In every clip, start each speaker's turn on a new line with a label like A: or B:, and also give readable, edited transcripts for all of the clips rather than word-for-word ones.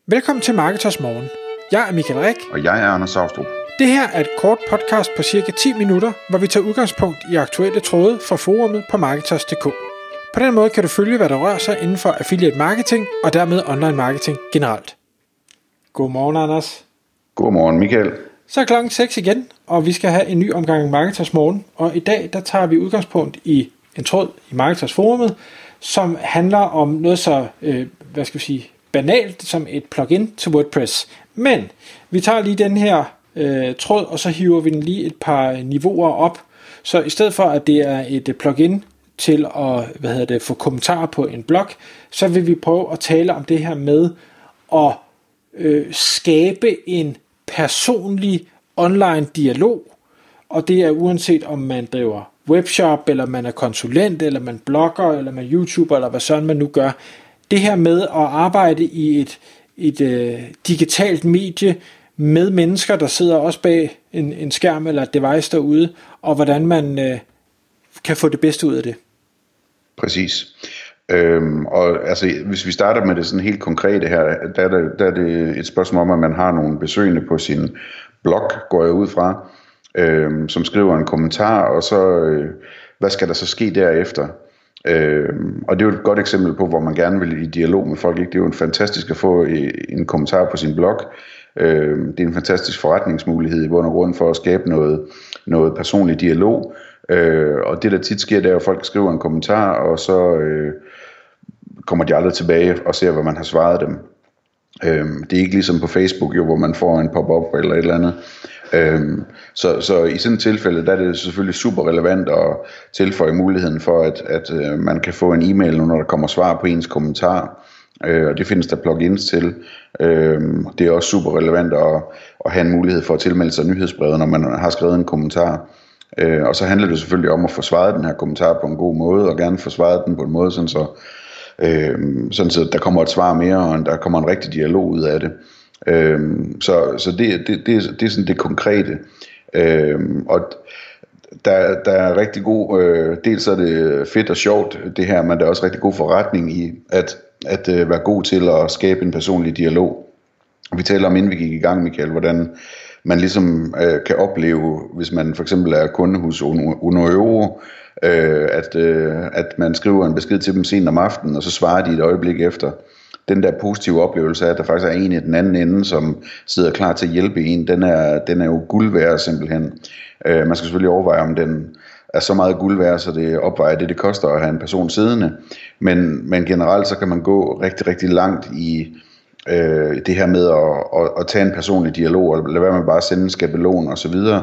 A: Velkommen til Marketers Morgen. Jeg er Michael Rik.
B: Og jeg er Anders Saustrup.
A: Det her er et kort podcast på cirka 10 minutter, hvor vi tager udgangspunkt i aktuelle tråde fra forumet på Marketers.dk. På den måde kan du følge, hvad der rører sig inden for affiliate marketing og dermed online marketing generelt. Godmorgen, Anders.
B: Godmorgen, Michael.
A: Så er klokken 6 igen, og vi skal have en ny omgang Marketers Morgen. Og i dag, der tager vi udgangspunkt i en tråd i Marketers forumet, som handler om noget så, banalt som et plugin til WordPress. Men vi tager lige den her tråd, og så hiver vi den lige et par niveauer op. Så i stedet for, at det er et plugin til at få kommentarer på en blog, så vil vi prøve at tale om det her med at skabe en personlig online dialog. Og det er uanset om man driver webshop, eller man er konsulent, eller man blogger, eller man YouTuber, eller hvad sådan man nu gør. Det her med at arbejde i et digitalt medie med mennesker, der sidder også bag en skærm eller et device derude, og hvordan man kan få det bedste ud af det.
B: Præcis. Og altså, hvis vi starter med det sådan helt konkrete her, der er det et spørgsmål om, at man har nogle besøgende på sin blog, går jeg ud fra, som skriver en kommentar, og så hvad skal der så ske derefter? Og det er jo et godt eksempel på, hvor man gerne vil i dialog med folk. Ikke? Det er jo fantastisk at få en kommentar på sin blog. Det er en fantastisk forretningsmulighed i bund og grund for at skabe noget personlig dialog. Og det der tit sker, det er jo, at folk skriver en kommentar, og så kommer de aldrig tilbage og ser, hvad man har svaret dem. Det er ikke ligesom på Facebook, jo, hvor man får en pop-up eller et eller andet. Så i sådan et tilfælde, der er det selvfølgelig super relevant at tilføje muligheden for, at man kan få en e-mail, når der kommer svar på ens kommentar. Og det findes der plugins til. Det er også super relevant at have en mulighed for at tilmelde sig nyhedsbrevet, når man har skrevet en kommentar. Og så handler det selvfølgelig om at få svaret den her kommentar på en god måde, og gerne få svaret den på en måde, sådan så der kommer et svar mere, og der kommer en rigtig dialog ud af det. Så det er sådan det konkrete. Og der er rigtig god, dels er det fedt og sjovt det her, men der er også rigtig god forretning i at være god til at skabe en personlig dialog. Vi taler om, inden vi gik i gang, Michael, hvordan man ligesom kan opleve, hvis man for eksempel er kunde hos Uno Euro, at man skriver en besked til dem sent om aftenen, og så svarer de et øjeblik efter. Den der positive oplevelse af, at der faktisk er en i den anden ende, som sidder klar til at hjælpe en, den er jo guld værd simpelthen. Man skal selvfølgelig overveje, om den er så meget guld værd, så det opvejer det koster at have en person siddende. Men generelt så kan man gå rigtig, rigtig langt i det her med at tage en personlig dialog, og lade være med bare at sende en skabelon og så videre,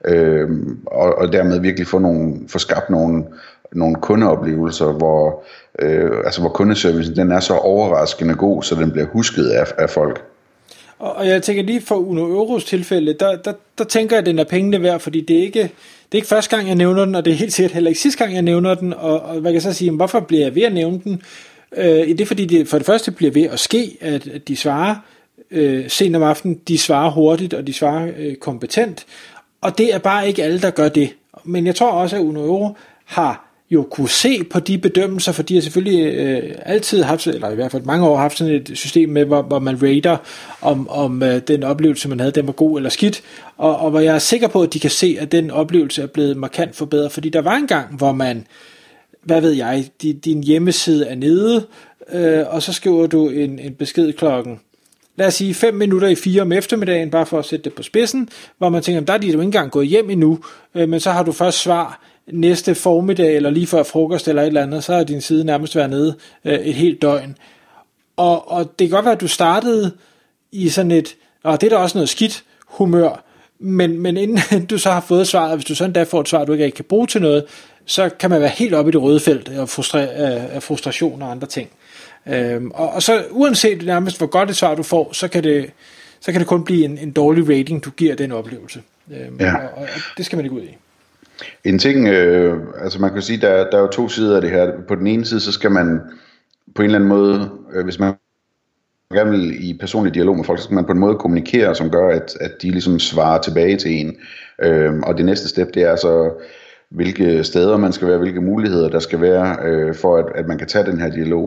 B: og dermed virkelig få skabt nogle kundeoplevelser, hvor kundeservicen den er så overraskende god, så den bliver husket af folk.
A: Og jeg tænker lige for Uno Euros tilfælde, der tænker jeg, at den er pengene værd, fordi det er ikke første gang, jeg nævner den, og det er helt sikkert heller ikke sidste gang, jeg nævner den, og hvad kan jeg så sige, hvorfor bliver jeg ved at nævne den? Det er fordi, det for det første bliver ved at ske, at de svarer sent om aftenen, de svarer hurtigt, og de svarer kompetent, og det er bare ikke alle, der gør det. Men jeg tror også, at Uno Euro har jo kunne se på de bedømmelser, for de har selvfølgelig altid haft, eller i hvert fald mange år haft sådan et system med, hvor man rater, om den oplevelse, man havde, den var god eller skidt, og hvor jeg er sikker på, at de kan se, at den oplevelse er blevet markant forbedret, fordi der var en gang, hvor man, hvad ved jeg, din hjemmeside er nede, og så skriver du en besked klokken, lad os sige 5 minutter i 4 om eftermiddagen, bare for at sætte det på spidsen, hvor man tænker, der er de jo ikke engang gået hjem endnu, men så har du først svar næste formiddag, eller lige før frokost, eller et eller andet, så har din side nærmest været nede et helt døgn. Og det kan godt være, at du startede i sådan et, og det er da også noget skidt humør, men inden du så har fået svaret, hvis du sådan der får et svar, du ikke kan bruge til noget, så kan man være helt oppe i det røde felt af frustration og andre ting. Og så uanset nærmest hvor godt et svar du får, så kan det kun blive en dårlig rating, du giver den oplevelse. Og det skal man ikke ud i.
B: En ting, altså man kan sige, der er jo to sider af det her. På den ene side, så skal man på en eller anden måde, hvis man gerne vil i personlig dialog med folk, så skal man på en måde kommunikere, som gør, at de ligesom svarer tilbage til en. Og det næste step, det er så, hvilke steder man skal være, hvilke muligheder der skal være, for at man kan tage den her dialog.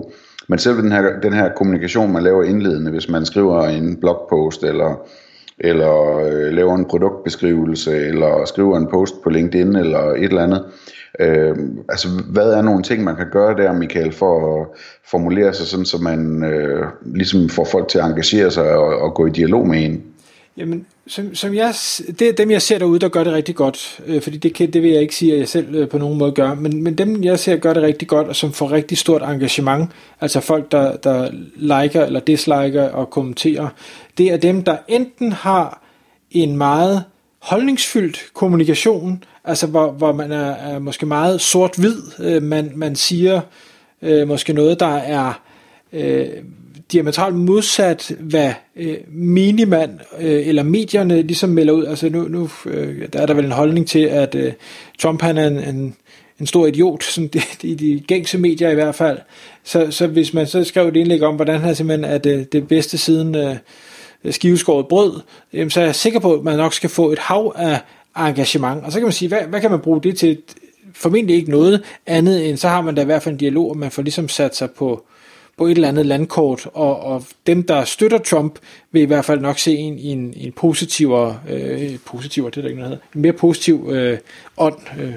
B: Men selv den her kommunikation, man laver indledende, hvis man skriver en blogpost, eller laver en produktbeskrivelse, eller skriver en post på LinkedIn, eller et eller andet. Altså, hvad er nogle ting, man kan gøre der, Michael, for at formulere sig sådan, så man ligesom får folk til at engagere sig og gå i dialog med en?
A: Jamen, det er dem, jeg ser derude, der gør det rigtig godt, fordi det vil jeg ikke sige, at jeg selv på nogen måde gør, men dem, jeg ser, gør det rigtig godt, og som får rigtig stort engagement, altså folk, der liker eller disliker og kommenterer, det er dem, der enten har en meget holdningsfyldt kommunikation, altså hvor man er måske meget sort-hvid, man siger måske noget, der er diametralt modsat, hvad minimand eller medierne ligesom melder ud. Altså nu der er der vel en holdning til, at Trump han er en stor idiot, sådan i de gængse medier i hvert fald. Så hvis man så skrev et indlæg om, hvordan han simpelthen er det bedste siden skiveskåret brød, så er jeg sikker på, at man nok skal få et hav af engagement. Og så kan man sige, hvad kan man bruge det til? Formentlig ikke noget andet end, så har man da i hvert fald en dialog, og man får ligesom sat sig på et eller andet landkort, og dem, der støtter Trump, vil i hvert fald nok se en positivere, det er der ikke noget, en mere positiv ånd.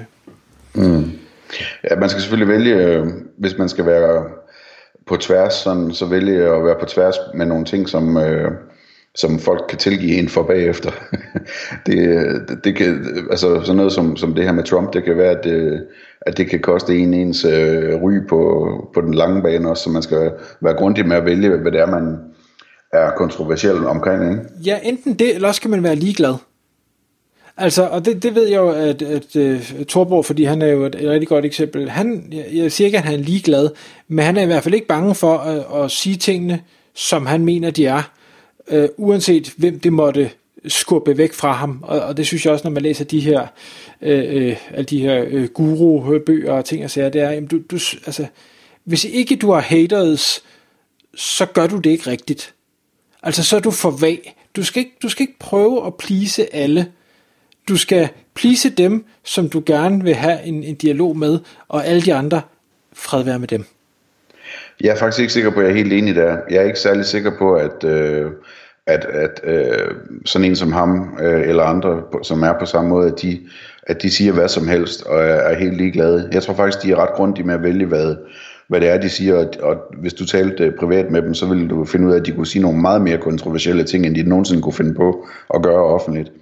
B: Ja, man skal selvfølgelig vælge, hvis man skal være på tværs, så vælge at være på tværs med nogle ting, som folk kan tilgive en for bagefter. det kan, altså sådan noget som det her med Trump, det kan være, at det kan koste ens ry på den lange bane også, så man skal være grundig med at vælge, hvad det er, man er kontroversiel omkring, ikke?
A: Ja, enten det, eller også skal man være ligeglad. Altså, og det ved jeg jo, at Thorborg, fordi han er jo et rigtig godt eksempel, jeg siger ikke, at han er ligeglad, men han er i hvert fald ikke bange for at sige tingene, som han mener, de er, uanset hvem det måtte skubbe væk fra ham, og det synes jeg også, når man læser de her alle de her guru-bøger og ting og sager, det er, jamen du, altså, hvis ikke du har haters, så gør du det ikke rigtigt. Altså, så er du for vag. Du skal ikke prøve at please alle. Du skal please dem, som du gerne vil have en dialog med, og alle de andre, fred være med dem.
B: Jeg er faktisk ikke sikker på, at jeg er helt enig der. Jeg er ikke særlig sikker på, at sådan en som ham eller andre, som er på samme måde, at de siger hvad som helst og er helt ligeglade. Jeg tror faktisk, de er ret grundige med at vælge, hvad det er, de siger, og hvis du talte privat med dem, så ville du finde ud af, at de kunne sige nogle meget mere kontroversielle ting, end de nogensinde kunne finde på at gøre offentligt.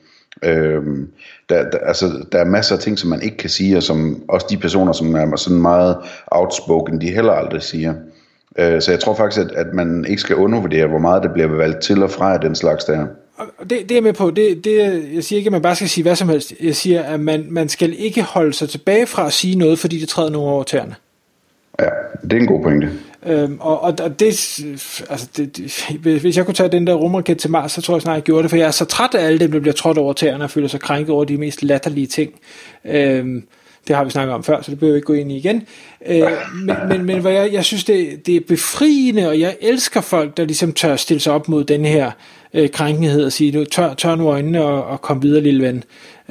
B: Der er masser af ting, som man ikke kan sige, og som også de personer, som er sådan meget outspoken, de heller aldrig siger. Så jeg tror faktisk, at man ikke skal undervurdere, hvor meget det bliver valgt til og fra af den slags der.
A: Det er med på. Jeg siger ikke, at man bare skal sige hvad som helst. Jeg siger, at man skal ikke holde sig tilbage fra at sige noget, fordi det træder nogle over tæerne.
B: Ja, det er en god pointe.
A: Og det, altså hvis jeg kunne tage den der rumraket til Mars, så tror jeg snart, jeg gjorde det, for jeg er så træt af alle dem, der bliver trådt over tæerne og føler sig krænket over de mest latterlige ting. Det har vi snakket om før, så det behøver vi ikke gå ind i igen. Men hvor jeg synes, det er befriende, og jeg elsker folk, der ligesom tør stille sig op mod den her krænkenhed og sige, tør nu øjnene og kom videre, lille ven.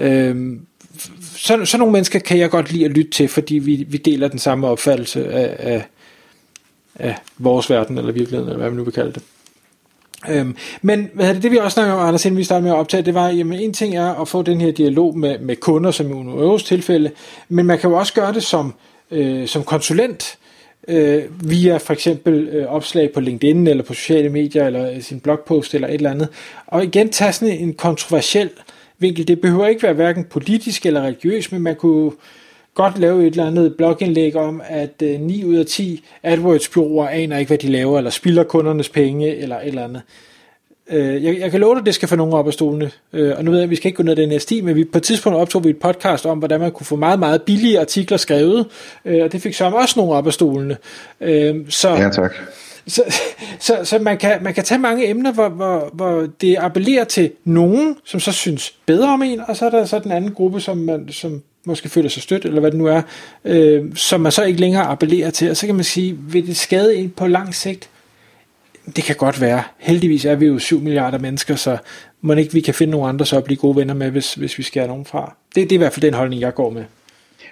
A: Så nogle mennesker kan jeg godt lide at lytte til, fordi vi deler den samme opfattelse af vores verden, eller virkeligheden, eller hvad man nu vil kalde det. Men det vi også snakker om, Anders, inden vi starter med at optage, det var, jamen en ting er at få den her dialog med kunder, som i Uno Euros tilfælde, men man kan jo også gøre det som konsulent, via for eksempel opslag på LinkedIn, eller på sociale medier, eller sin blogpost, eller et eller andet, og igen tage sådan en kontroversiel vinkel. Det behøver ikke være hverken politisk eller religiøs, men man kunne godt lave et eller andet blogindlæg om, at 9 ud af 10 AdWords-bureauer aner ikke, hvad de laver, eller spilder kundernes penge, eller et eller andet. Jeg kan love dig, at det skal få nogen op af stolene. Og nu ved jeg, at vi skal ikke gå ned ad den her sti, men på et tidspunkt optog vi et podcast om, hvordan man kunne få meget, meget billige artikler skrevet, og det fik så også nogen op af stolene.
B: Ja, tak.
A: Så man kan tage mange emner, hvor det appellerer til nogen, som så synes bedre om en, og så er der så den anden gruppe, som måske føler sig stødt, eller hvad det nu er, som man så ikke længere appellerer til, og så kan man sige, vil det skade en på lang sigt? Det kan godt være. Heldigvis er vi jo 7 milliarder mennesker, så må ikke vi kan finde nogle andre så at blive gode venner med, hvis vi skærer nogen fra. Det er i hvert fald den holdning, jeg går med.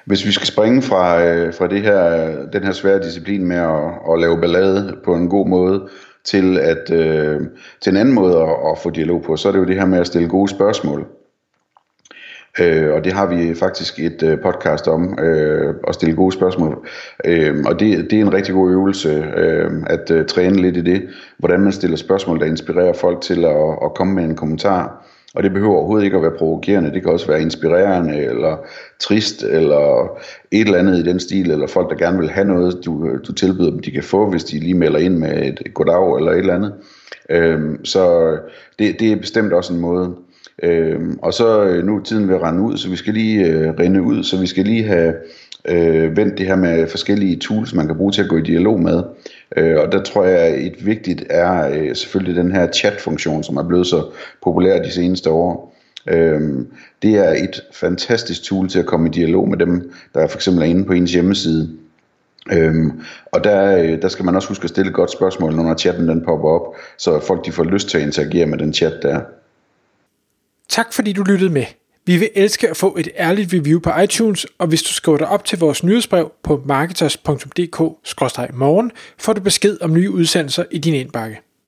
B: Hvis vi skal springe fra den her svære disciplin med at lave ballade på en god måde, til en anden måde at få dialog på, så er det jo det her med at stille gode spørgsmål. Og det har vi faktisk et podcast om, at stille gode spørgsmål. Og det er en rigtig god øvelse, at træne lidt i det, hvordan man stiller spørgsmål, der inspirerer folk til at komme med en kommentar. Og det behøver overhovedet ikke at være provokerende, det kan også være inspirerende, eller trist, eller et eller andet i den stil, eller folk, der gerne vil have noget, du tilbyder dem, de kan få, hvis de lige melder ind med et goddag, eller et eller andet. Så det er bestemt også en måde. Og så nu er tiden ved at rende ud, så vi skal lige rende ud, så vi skal lige have vendt det her med forskellige tools, man kan bruge til at gå i dialog med. Og der tror jeg, at et vigtigt er selvfølgelig den her chat-funktion, som er blevet så populær de seneste år. Det er et fantastisk tool til at komme i dialog med dem, der for eksempel er inde på ens hjemmeside. Og der skal man også huske at stille et godt spørgsmål, når chatten den popper op, så folk de får lyst til at interagere med den chat der.
A: Tak fordi du lyttede med. Vi vil elske at få et ærligt review på iTunes, og hvis du skriver dig op til vores nyhedsbrev på marketers.dk/morgen, får du besked om nye udsendelser i din indbakke.